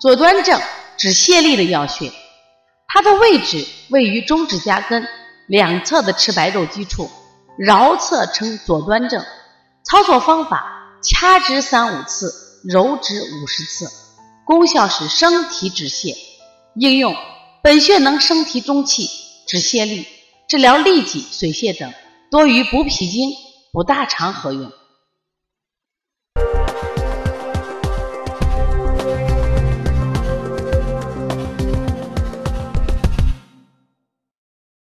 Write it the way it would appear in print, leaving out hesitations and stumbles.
左端正指泻痢的要穴，它的位置位于中指甲根两侧的赤白肉基处，桡侧称左端正。操作方法：掐指3-5次，揉指50次。功效是升提止泻。应用：本穴能升提中气，止泻痢，治疗痢疾、水泻等，多于补脾经、补大肠合用。